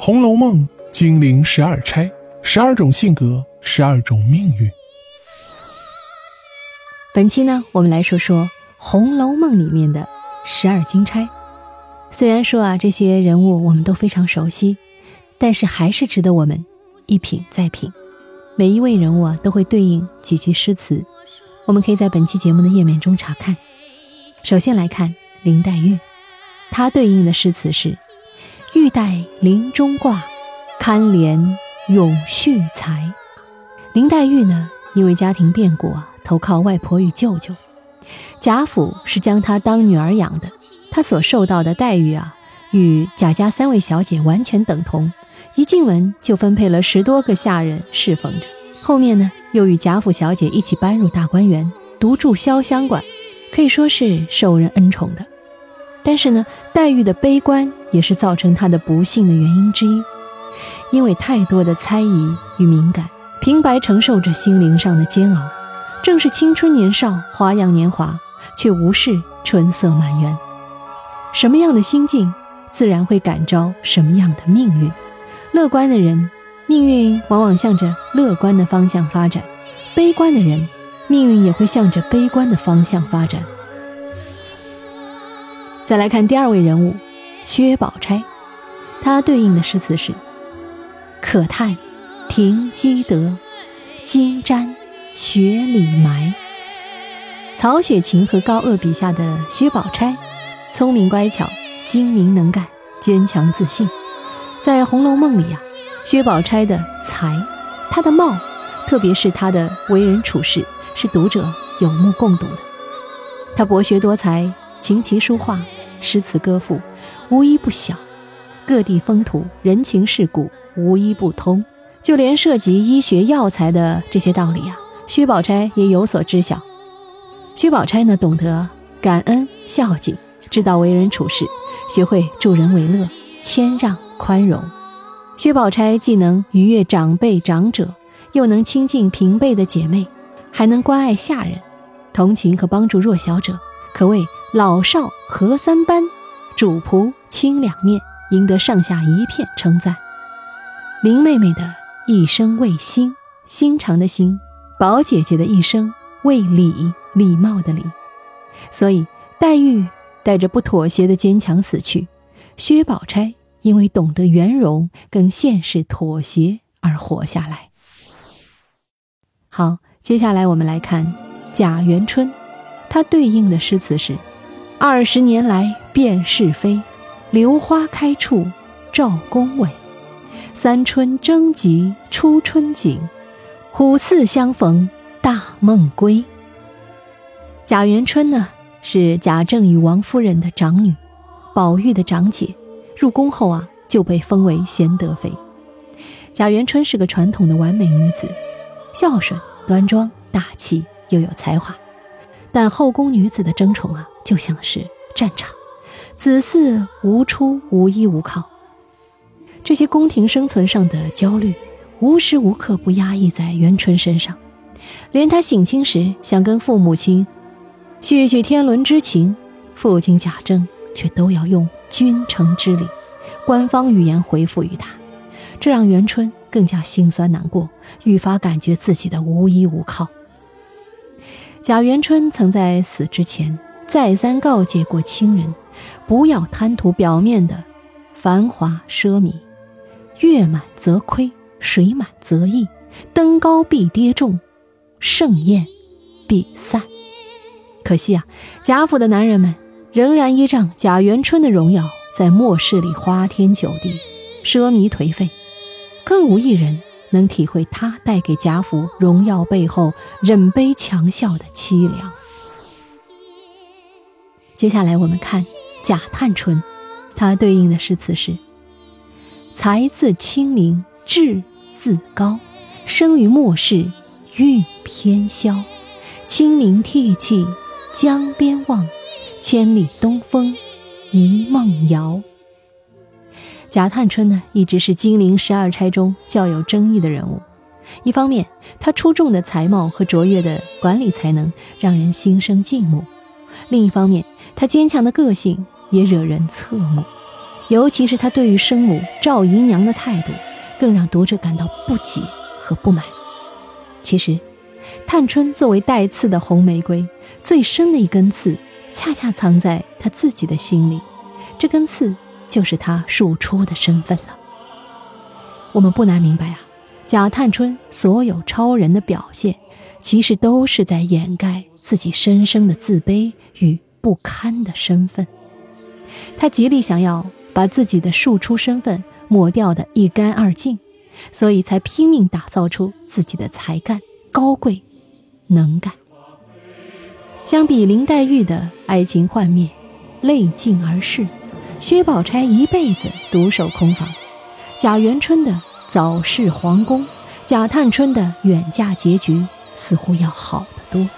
红楼梦》精灵12钗，12种性格，12种命运。 本期呢，我们来说说《红楼梦》里面的12金钗。虽然说这些人物我们都非常熟悉，但是还是值得我们一品再品。每一位人物都会对应几句诗词，我们可以在本期节目的页面中查看。首先来看林黛玉，她对应的诗词是玉带林中挂，堪怜永续才。林黛玉呢，因为家庭变故投靠外婆与舅舅，贾府是将她当女儿养的，她所受到的待遇与贾家3位小姐完全等同，一进门就分配了10多个下人侍奉着，后面呢又与贾府小姐一起搬入大观园，独住潇湘馆，可以说是受人恩宠的。但是呢，黛玉的悲观也是造成她的不幸的原因之一，因为太多的猜疑与敏感，平白承受着心灵上的煎熬。正是青春年少，花样年华，却无视春色满园。什么样的心境，自然会感召什么样的命运。乐观的人，命运往往向着乐观的方向发展；悲观的人，命运也会向着悲观的方向发展。再来看第2位人物薛宝钗，她对应的诗词是可叹停机德，金瞻雪里埋。曹雪芹和高鹗笔下的薛宝钗，聪明乖巧，精明能干，坚强自信。在《红楼梦》里薛宝钗的才，她的貌，特别是她的为人处事，是读者有目共睹的。她博学多才，琴棋书画，诗词歌赋，无一不晓，各地风土人情世故无一不通，就连涉及医学药材的这些道理薛宝钗也有所知晓。薛宝钗呢，懂得感恩孝敬，知道为人处事，学会助人为乐，谦让宽容。薛宝钗既能愉悦长辈长者，又能亲近平辈的姐妹，还能关爱下人，同情和帮助弱小者，可谓老少合3班，主仆亲2面，赢得上下一片称赞。林妹妹的一生为心，心肠的心；宝姐姐的一生为礼，礼貌的礼。所以黛玉带着不妥协的坚强死去，薛宝钗因为懂得圆融跟现实妥协而活下来。好，接下来我们来看贾元春，她对应的诗词是20年来辨是非，榴花开处照宫闱。三春争及初春景，虎刺相逢大梦归。贾元春呢，是贾政与王夫人的长女，宝玉的长姐，入宫后就被封为贤德妃。贾元春是个传统的完美女子，孝顺端庄大气又有才华，但后宫女子的争宠就像是战场，子嗣无出，无依无靠。这些宫廷生存上的焦虑，无时无刻不压抑在元春身上，连她省亲时想跟父母亲叙叙天伦之情，父亲贾政却都要用君臣之礼，官方语言回复于他，这让元春更加心酸难过，愈发感觉自己的无依无靠。贾元春曾在死之前再三告诫过亲人，不要贪图表面的繁华奢靡，月满则亏，水满则溢，登高必跌重，盛宴必散。可惜贾府的男人们仍然依仗贾元春的荣耀，在末世里花天酒地，奢靡颓废，更无一人能体会他带给贾府荣耀背后忍悲强笑的凄凉。接下来我们看贾探春，他对应的诗词是才自清灵，志自高，生于末世，运偏消。清明涕泣江边望，千里东风一梦遥。贾探春呢，一直是金陵12钗中较有争议的人物。一方面，她出众的才貌和卓越的管理才能让人心生敬慕；另一方面，她坚强的个性也惹人侧目。 尤其是他对于生母赵姨娘的态度，更让读者感到不解和不满。其实探春作为带刺的红玫瑰，最深的一根刺恰恰藏在她自己的心里，这根刺就是她庶出的身份了。我们不难明白贾探春所有超人的表现，其实都是在掩盖自己深深的自卑与不堪的身份。她极力想要把自己的庶出身份抹掉得一干二净，所以才拼命打造出自己的才干、高贵、能干。相比林黛玉的爱情幻灭、泪尽而逝，薛宝钗一辈子独守空房，贾元春的早逝皇宫，贾探春的远嫁结局似乎要好得多。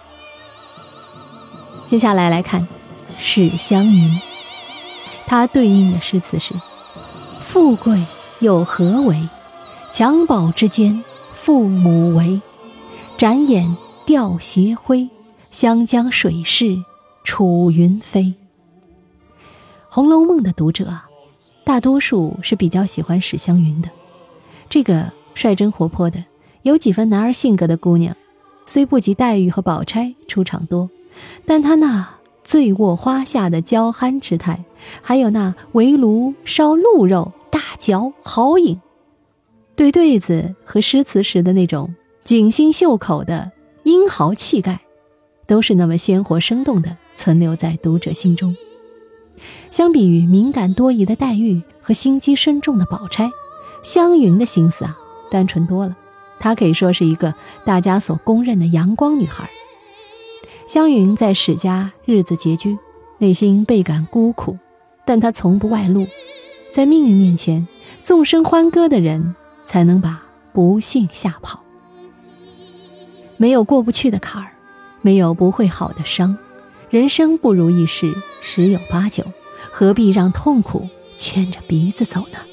接下来看史湘云，它对应的诗词是：富贵又何为，襁褓之间父母为，展眼吊斜晖，湘江水逝楚云飞。红楼梦的读者大多数是比较喜欢史湘云的。这个率真活泼的有几分男儿性格的姑娘，虽不及黛玉和宝钗出场多，但她那醉卧花下的娇憨之态，还有那围炉烧鹿肉大嚼豪饮，对对子和诗词时的那种锦心绣口的英豪气概，都是那么鲜活生动的存留在读者心中。相比于敏感多疑的黛玉和心机深重的宝钗，湘云的心思单纯多了。她可以说是一个大家所公认的阳光女孩。湘云在史家日子拮据，内心倍感孤苦，但她从不外露。在命运面前，纵声欢歌的人才能把不幸吓跑。没有过不去的坎儿，没有不会好的伤，人生不如意事十有八九，何必让痛苦牵着鼻子走呢？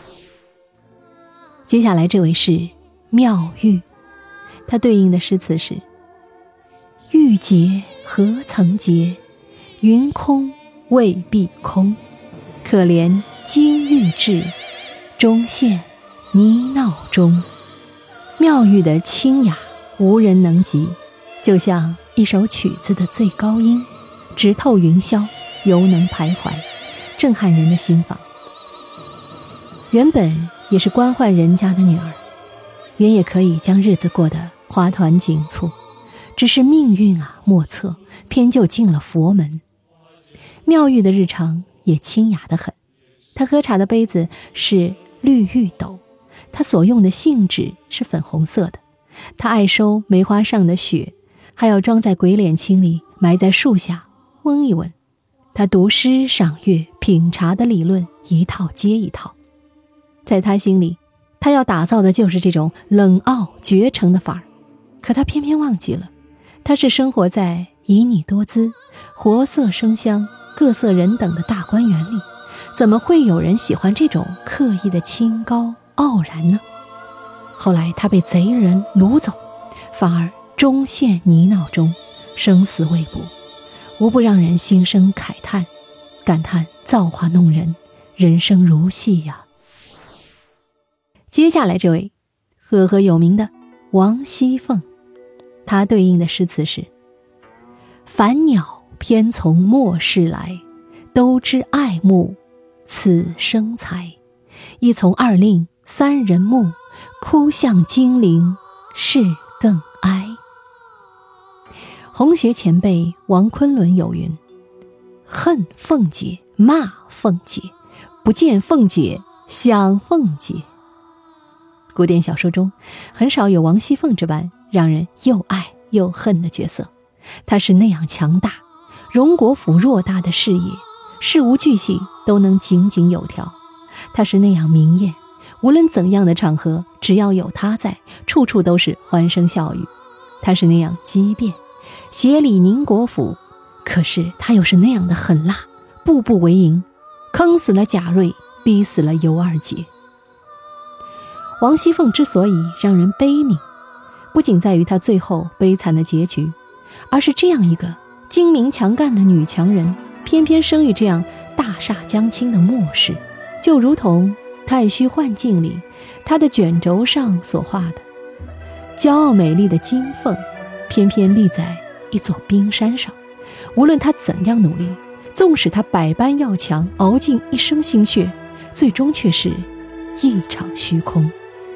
接下来这位是妙玉，它对应的诗词是：玉洁何曾洁，云空未必空，可怜金玉质，终陷泥淖中。妙玉的清雅无人能及，就像一首曲子的最高音，直透云霄，犹能徘徊，震撼人的心房。原本也是官宦人家的女儿，原也可以将日子过得花团锦簇，只是命运莫测，偏就进了佛门。妙玉的日常也清雅得很，她喝茶的杯子是绿玉斗，她所用的信纸是粉红色的，她爱收梅花上的雪，还要装在鬼脸青里，埋在树下温一温。她读诗赏月品茶的理论一套接一套，在她心里，她要打造的就是这种冷傲绝诚的法儿。可她偏偏忘记了，她是生活在旖旎多姿、活色生香、各色人等的大观园里，怎么会有人喜欢这种刻意的清高傲然呢？后来她被贼人掳走，反而终陷泥淖中，生死未卜，无不让人心生慨叹，感叹造化弄人，人生如戏呀。接下来这位赫赫有名的王熙凤，她对应的诗词是：凡鸟偏从末世来，都知爱慕此生才。一从二令三人木，哭向金陵事更哀。红学前辈王昆仑有云：恨凤姐，骂凤姐，不见凤姐，想凤姐。古典小说中很少有王熙凤这般让人又爱又恨的角色，她是那样强大，荣国府偌大的事业，事无巨细都能井井有条。她是那样明艳，无论怎样的场合，只要有她在，处处都是欢声笑语。她是那样机变，协理宁国府，可是她又是那样的狠辣，步步为营，坑死了贾瑞，逼死了尤二姐。王熙凤之所以让人悲悯，不仅在于她最后悲惨的结局，而是这样一个精明强干的女强人，偏偏生于这样大煞将倾的末世，就如同太虚幻境里他的卷轴上所画的，骄傲美丽的金凤偏偏立在一座冰山上，无论他怎样努力，纵使他百般要强，熬尽一生心血，最终却是一场虚空。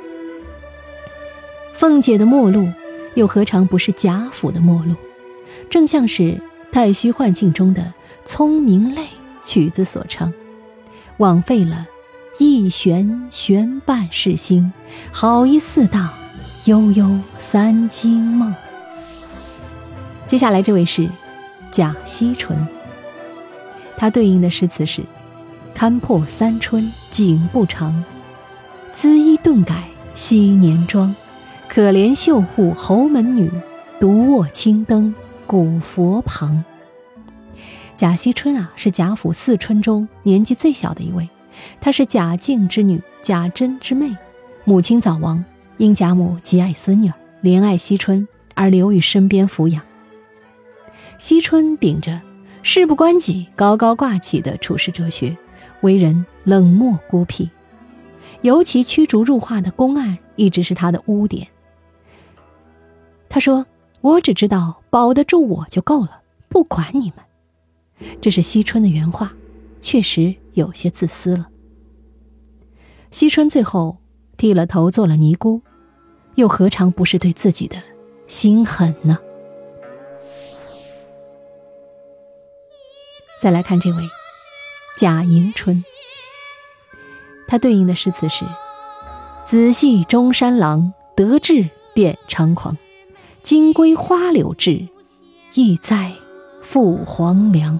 凤姐的末路又何尝不是贾府的末路？正像是太虚幻境中的聪明泪曲子所唱，枉费了一悬悬半世心，好一四荡悠悠三更梦。接下来这位是贾惜春，他对应的诗词是：看破三春景不长，缁衣顿改昔年妆，可怜绣户侯门女，独卧青灯古佛旁。贾惜春是贾府4春中年纪最小的一位，她是贾敬之女，贾珍之妹，母亲早亡，因贾母极爱孙女，怜爱惜春而留于身边抚养。惜春秉着事不关己高高挂起的处世哲学，为人冷漠孤僻，尤其驱逐入画的公案一直是他的污点。他说，我只知道保得住我就够了，不管你们。这是惜春的原话，确实有些自私了。惜春最后剃了头做了尼姑，又何尝不是对自己的心狠呢？再来看这位贾迎春，他对应的诗词是：仔细中山狼，得志便猖狂，金龟花柳志，意在赴黄粱。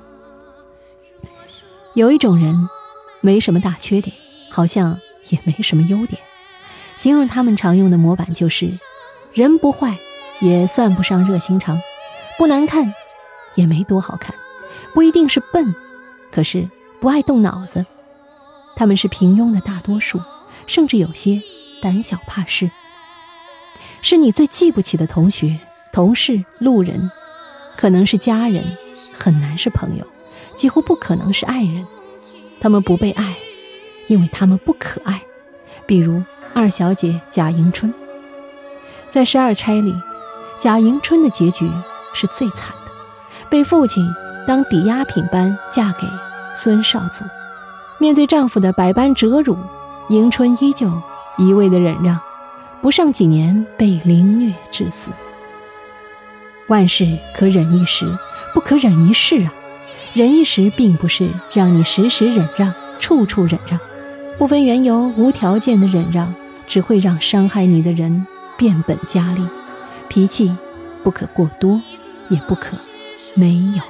有一种人没什么大缺点，好像也没什么优点，形容他们常用的模板就是人不坏，也算不上热心肠，不难看，也没多好看，不一定是笨，可是不爱动脑子。他们是平庸的大多数，甚至有些胆小怕事，是你最记不起的同学、同事、路人，可能是家人，很难是朋友，几乎不可能是爱人。他们不被爱，因为他们不可爱。比如二小姐贾迎春，在12钗里，贾迎春的结局是最惨的，被父亲当抵押品般嫁给孙绍祖。面对丈夫的百般折辱，迎春依旧一味的忍让，不上几年被凌虐致死。万事可忍一时，不可忍一世啊！忍一时并不是让你时时忍让，处处忍让，不分缘由无条件的忍让，只会让伤害你的人变本加厉。脾气不可过多，也不可没有。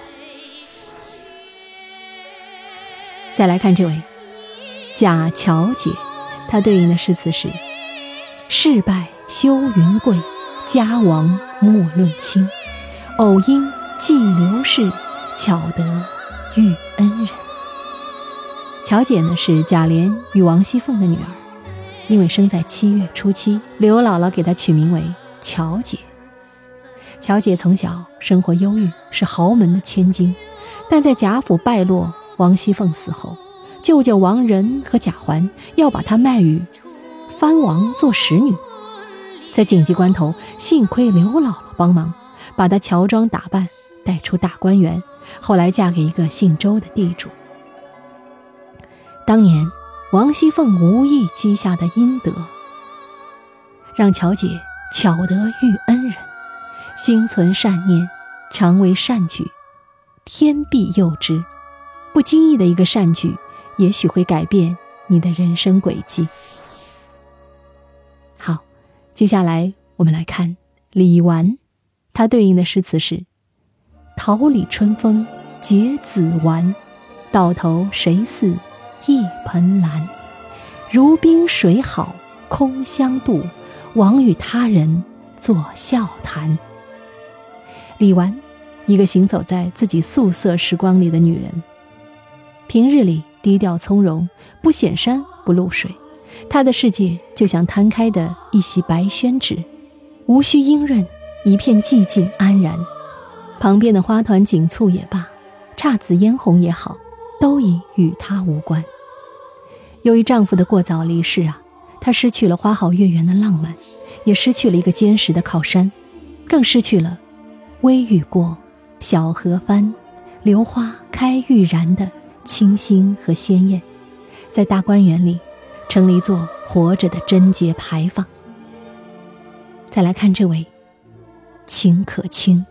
再来看这位贾乔姐，她对应的诗词是：事败休云贵，家亡莫论亲，偶因寄刘氏，巧得遇恩人。乔姐呢，是贾琏与王熙凤的女儿，因为生在7月初7，刘姥姥给她取名为乔姐。乔姐从小生活忧郁，是豪门的千金，但在贾府败落，王熙凤死后，舅舅王仁和贾环要把她卖与藩王做使女。在紧急关头，幸亏刘姥姥帮忙，把她乔装打扮带出大观园，后来嫁给一个姓周的地主。当年王熙凤无意积下的阴德，让乔姐巧得遇恩人，心存善念，常为善举，天必佑之。不经意的一个善举，也许会改变你的人生轨迹。好，接下来我们来看李纨，她对应的诗词是：桃李春风结子完，到头谁似一盆兰，如冰水好空相妒，枉与他人作笑谈。李纨，一个行走在自己素色时光里的女人，平日里低调从容，不显山不露水，她的世界就像摊开的一袭白宣纸，无需阴润，一片寂静安然。旁边的花团锦簇也罢，姹紫嫣红也好， 都已与她无关。由于丈夫的过早离世她失去了花好月圆的浪漫，也失去了一个坚实的靠山，更失去了微雨过，小荷翻，榴花开欲燃的清新和鲜艳，在大观园里成了一座活着的贞节牌坊。再来看这位秦可卿，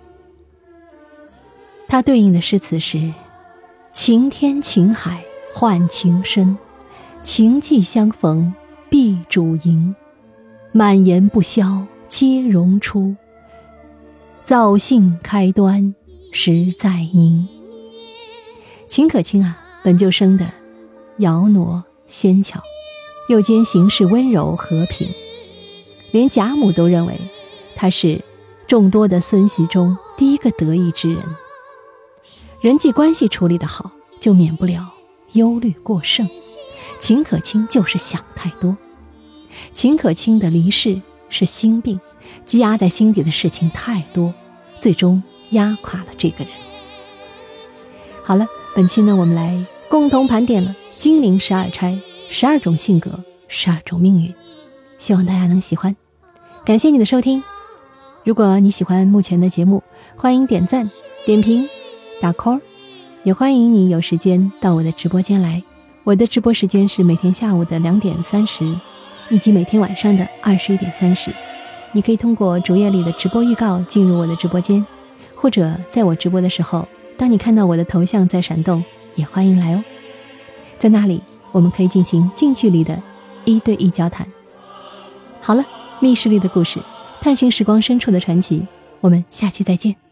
它对应的诗词是：晴天晴海换情深，情既相逢必主营，满言不消皆融出，造性开端实在您。秦可卿本就生的窈窕纤巧，又兼行事温柔和平，连贾母都认为他是众多的孙媳中第一个得意之人。人际关系处理得好，就免不了忧虑过剩。秦可卿就是想太多。秦可卿的离世是心病，积压在心底的事情太多，最终压垮了这个人。好了，本期呢，我们来共同盘点了金陵12钗12种性格12种命运，希望大家能喜欢。感谢你的收听，如果你喜欢目前的节目，欢迎点赞点评打 call， 也欢迎你有时间到我的直播间来。我的直播时间是每天下午的2点30，以及每天晚上的21点30。你可以通过主页里的直播预告进入我的直播间，或者在我直播的时候，当你看到我的头像在闪动，也欢迎来哦。在那里我们可以进行近距离的1对1交谈。好了，密室里的故事，探寻时光深处的传奇，我们下期再见。